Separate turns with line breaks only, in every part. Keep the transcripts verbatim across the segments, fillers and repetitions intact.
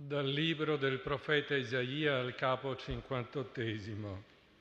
Dal libro del profeta Isaia al capo cinquantottesimo.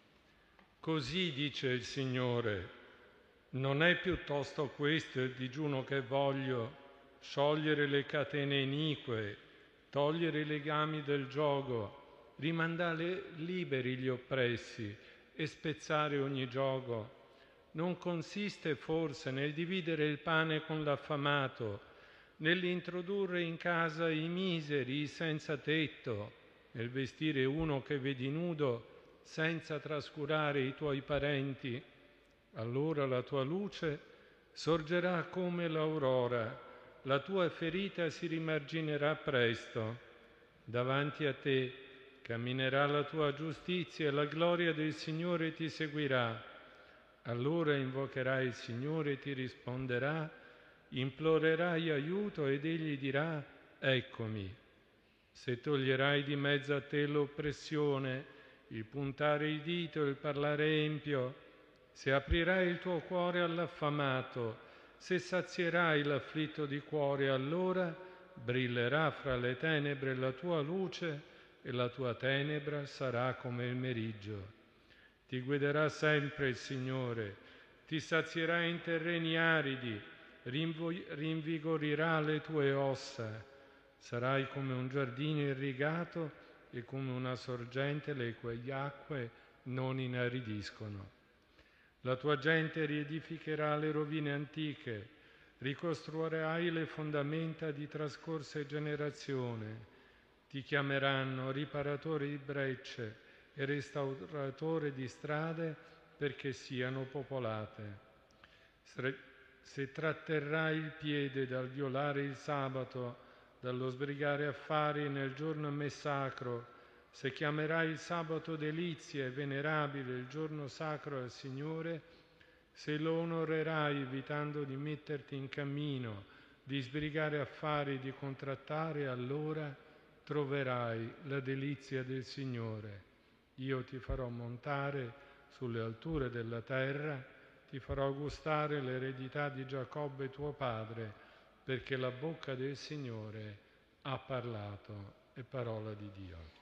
Così dice il Signore: non è piuttosto questo il digiuno che voglio, sciogliere le catene inique, togliere i legami del giogo, rimandare liberi gli oppressi e spezzare ogni giogo? Non consiste forse nel dividere il pane con l'affamato, nell'introdurre in casa i miseri, i senza tetto, nel vestire uno che vedi nudo senza trascurare i tuoi parenti? Allora la tua luce sorgerà come l'aurora, la tua ferita si rimarginerà presto. Davanti a te camminerà la tua giustizia e la gloria del Signore ti seguirà. Allora invocherai il Signore e ti risponderà, implorerai aiuto ed Egli dirà: eccomi. Se toglierai di mezzo a te l'oppressione, il puntare il dito e il parlare empio, se aprirai il tuo cuore all'affamato, se sazierai l'afflitto di cuore, allora brillerà fra le tenebre la tua luce e la tua tenebra sarà come il meriggio. Ti guiderà sempre il Signore, ti sazierà in terreni aridi, rinvigorirà le tue ossa. Sarai come un giardino irrigato e come una sorgente le cui acque non inaridiscono. La tua gente riedificherà le rovine antiche, ricostruirai le fondamenta di trascorse generazioni. Ti chiameranno riparatore di brecce e restauratore di strade perché siano popolate. Se tratterrai il piede dal violare il sabato, dallo sbrigare affari nel giorno a me sacro, se chiamerai il sabato delizia e venerabile, il giorno sacro al Signore, se lo onorerai evitando di metterti in cammino, di sbrigare affari, di contrattare, allora troverai la delizia del Signore. Io ti farò montare sulle alture della terra, ti farò gustare l'eredità di Giacobbe tuo padre, perché la bocca del Signore ha parlato. È parola di Dio.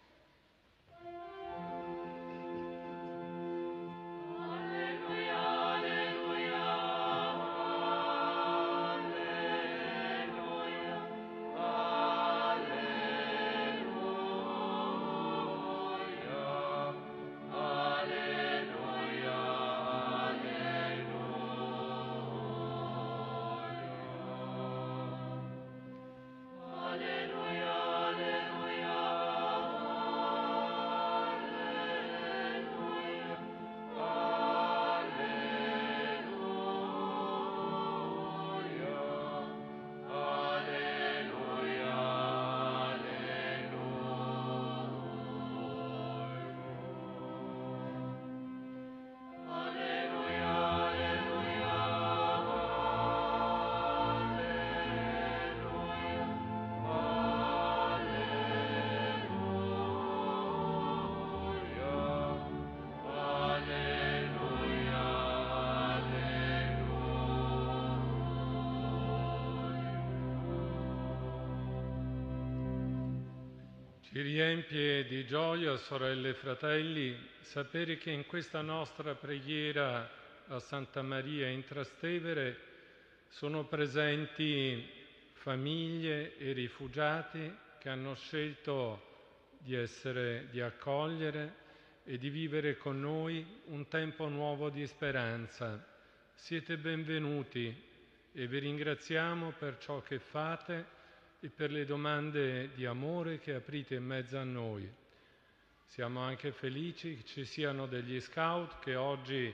Ci riempie di gioia, sorelle e fratelli, sapere che in questa nostra preghiera a Santa Maria in Trastevere sono presenti famiglie e rifugiati che hanno scelto di essere, di accogliere e di vivere con noi un tempo nuovo di speranza. Siete benvenuti e vi ringraziamo per ciò che fate e per le domande di amore che aprite in mezzo a noi. Siamo anche felici che ci siano degli scout che oggi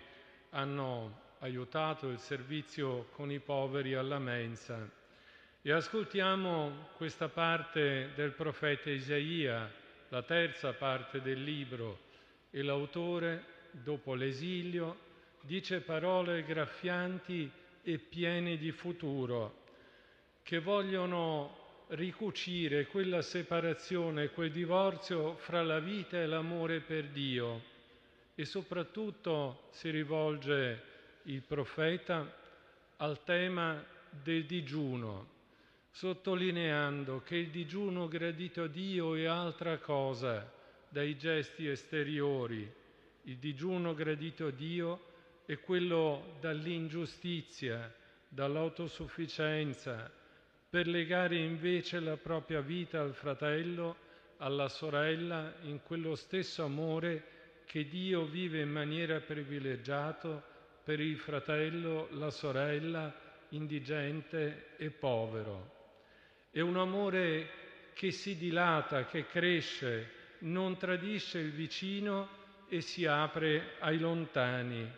hanno aiutato il servizio con i poveri alla mensa. E ascoltiamo questa parte del profeta Isaia, la terza parte del libro, e l'autore, dopo l'esilio, dice parole graffianti e piene di futuro, che vogliono ricucire quella separazione, quel divorzio fra la vita e l'amore per Dio. E soprattutto si rivolge il profeta al tema del digiuno, sottolineando che il digiuno gradito a Dio è altra cosa dai gesti esteriori. Il digiuno gradito a Dio è quello dall'ingiustizia, dall'autosufficienza, per legare invece la propria vita al fratello, alla sorella, in quello stesso amore che Dio vive in maniera privilegiata per il fratello, la sorella, indigente e povero. È un amore che si dilata, che cresce, non tradisce il vicino e si apre ai lontani.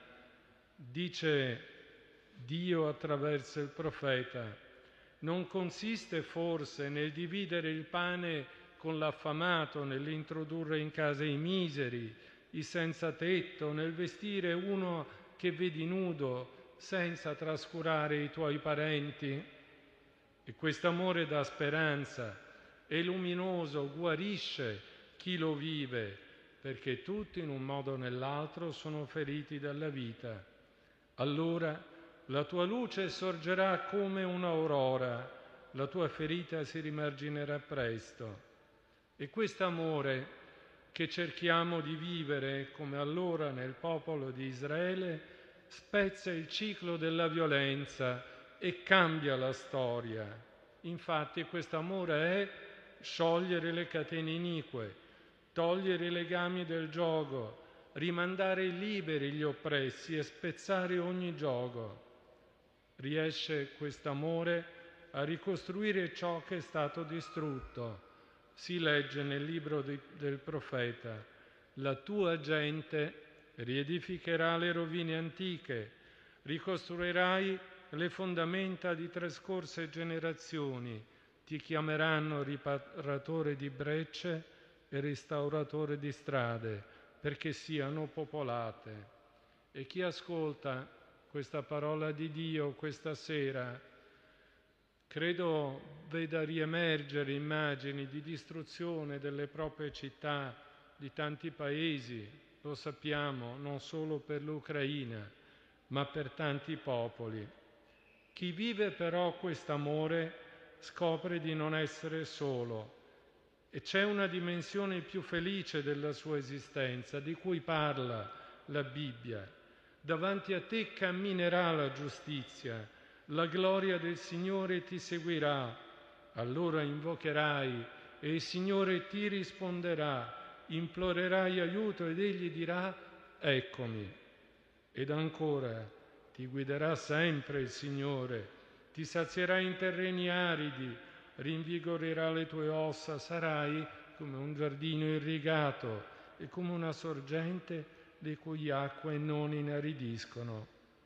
Dice Dio attraverso il profeta: non consiste forse nel dividere il pane con l'affamato, nell'introdurre in casa i miseri, i senza tetto, nel vestire uno che vedi nudo senza trascurare i tuoi parenti? E quest'amore dà speranza, è luminoso, guarisce chi lo vive, perché tutti in un modo o nell'altro sono feriti dalla vita. Allora la tua luce sorgerà come un'aurora, la tua ferita si rimarginerà presto. E quest'amore che cerchiamo di vivere, come allora nel popolo di Israele, spezza il ciclo della violenza e cambia la storia. Infatti quest'amore è sciogliere le catene inique, togliere i legami del giogo, rimandare liberi gli oppressi e spezzare ogni giogo. Riesce quest'amore a ricostruire ciò che è stato distrutto. Si legge nel libro di, del profeta: la tua gente riedificherà le rovine antiche, ricostruirai le fondamenta di trascorse generazioni, ti chiameranno riparatore di brecce e restauratore di strade, perché siano popolate. E chi ascolta questa parola di Dio questa sera, credo veda riemergere immagini di distruzione delle proprie città, di tanti paesi, lo sappiamo, non solo per l'Ucraina, ma per tanti popoli. Chi vive però quest'amore scopre di non essere solo e c'è una dimensione più felice della sua esistenza, di cui parla la Bibbia. Davanti a te camminerà la giustizia, la gloria del Signore ti seguirà. Allora invocherai e il Signore ti risponderà, implorerai aiuto ed Egli dirà: eccomi. Ed ancora, ti guiderà sempre il Signore, ti sazierà in terreni aridi, rinvigorerà le tue ossa, sarai come un giardino irrigato e come una sorgente le cui acque non inaridiscono.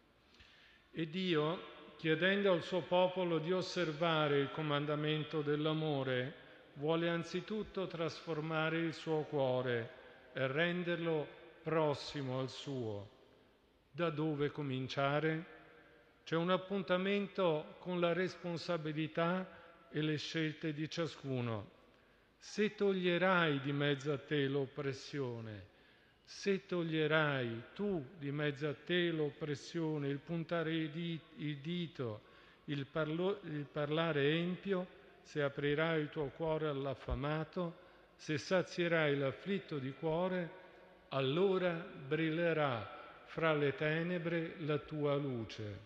E Dio, chiedendo al suo popolo di osservare il comandamento dell'amore, vuole anzitutto trasformare il suo cuore e renderlo prossimo al suo. Da dove cominciare? C'è un appuntamento con la responsabilità e le scelte di ciascuno. Se toglierai di mezzo a te l'oppressione, se toglierai tu di mezzo a te l'oppressione, il puntare il dito, il, parlo, il parlare empio, se aprirai il tuo cuore all'affamato, se sazierai l'afflitto di cuore, allora brillerà fra le tenebre la tua luce.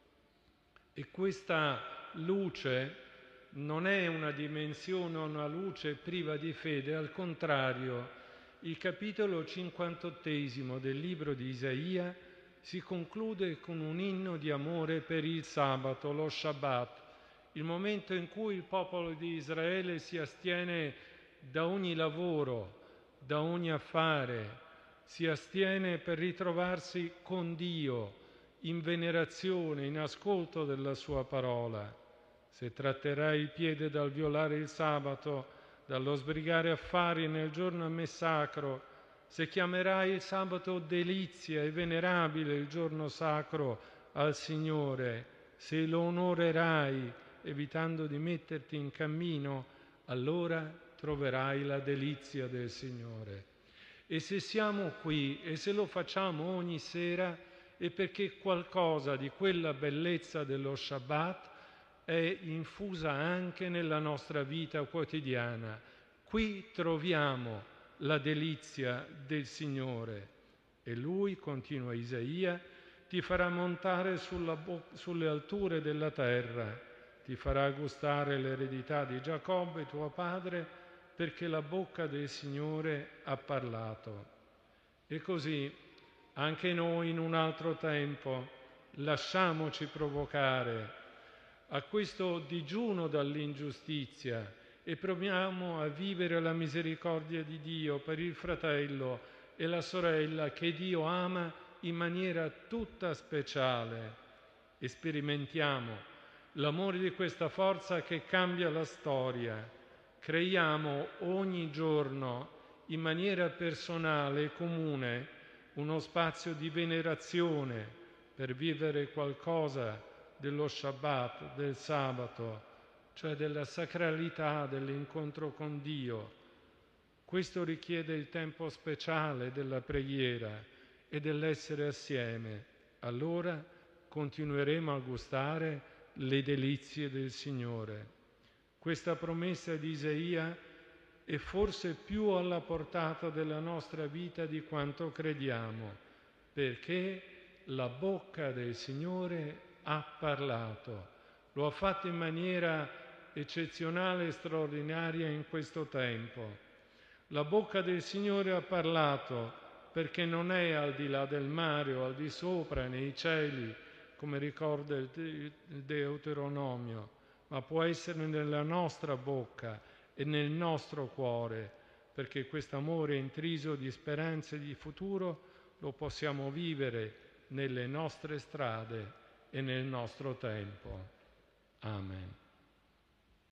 E questa luce non è una dimensione, una luce priva di fede, al contrario. Il capitolo cinquantottesimo del libro di Isaia si conclude con un inno di amore per il sabato, lo Shabbat, il momento in cui il popolo di Israele si astiene da ogni lavoro, da ogni affare, si astiene per ritrovarsi con Dio in venerazione, in ascolto della sua parola. Se tratterai il piede dal violare il sabato, dallo sbrigare affari nel giorno a me sacro, se chiamerai il sabato delizia e venerabile il giorno sacro al Signore, se lo onorerai evitando di metterti in cammino, allora troverai la delizia del Signore. E se siamo qui e se lo facciamo ogni sera è perché qualcosa di quella bellezza dello Shabbat è infusa anche nella nostra vita quotidiana. Qui troviamo la delizia del Signore e Lui, continua Isaia, ti farà montare sulla bo- sulle alture della terra, ti farà gustare l'eredità di Giacobbe, tuo padre, perché la bocca del Signore ha parlato. E così anche noi in un altro tempo lasciamoci provocare a questo digiuno dall'ingiustizia e proviamo a vivere la misericordia di Dio per il fratello e la sorella che Dio ama in maniera tutta speciale e sperimentiamo l'amore di questa forza che cambia la storia. Creiamo ogni giorno in maniera personale e comune uno spazio di venerazione per vivere qualcosa dello Shabbat, del sabato, cioè della sacralità dell'incontro con Dio. Questo richiede il tempo speciale della preghiera e dell'essere assieme. Allora continueremo a gustare le delizie del Signore. Questa promessa di Isaia è forse più alla portata della nostra vita di quanto crediamo, perché la bocca del Signore ha parlato. Lo ha fatto in maniera eccezionale e straordinaria in questo tempo. La bocca del Signore ha parlato perché non è al di là del mare o al di sopra nei cieli, come ricorda il Deuteronomio, ma può essere nella nostra bocca e nel nostro cuore, perché questo amore intriso di speranza e di futuro lo possiamo vivere nelle nostre strade e nel nostro tempo. Amen.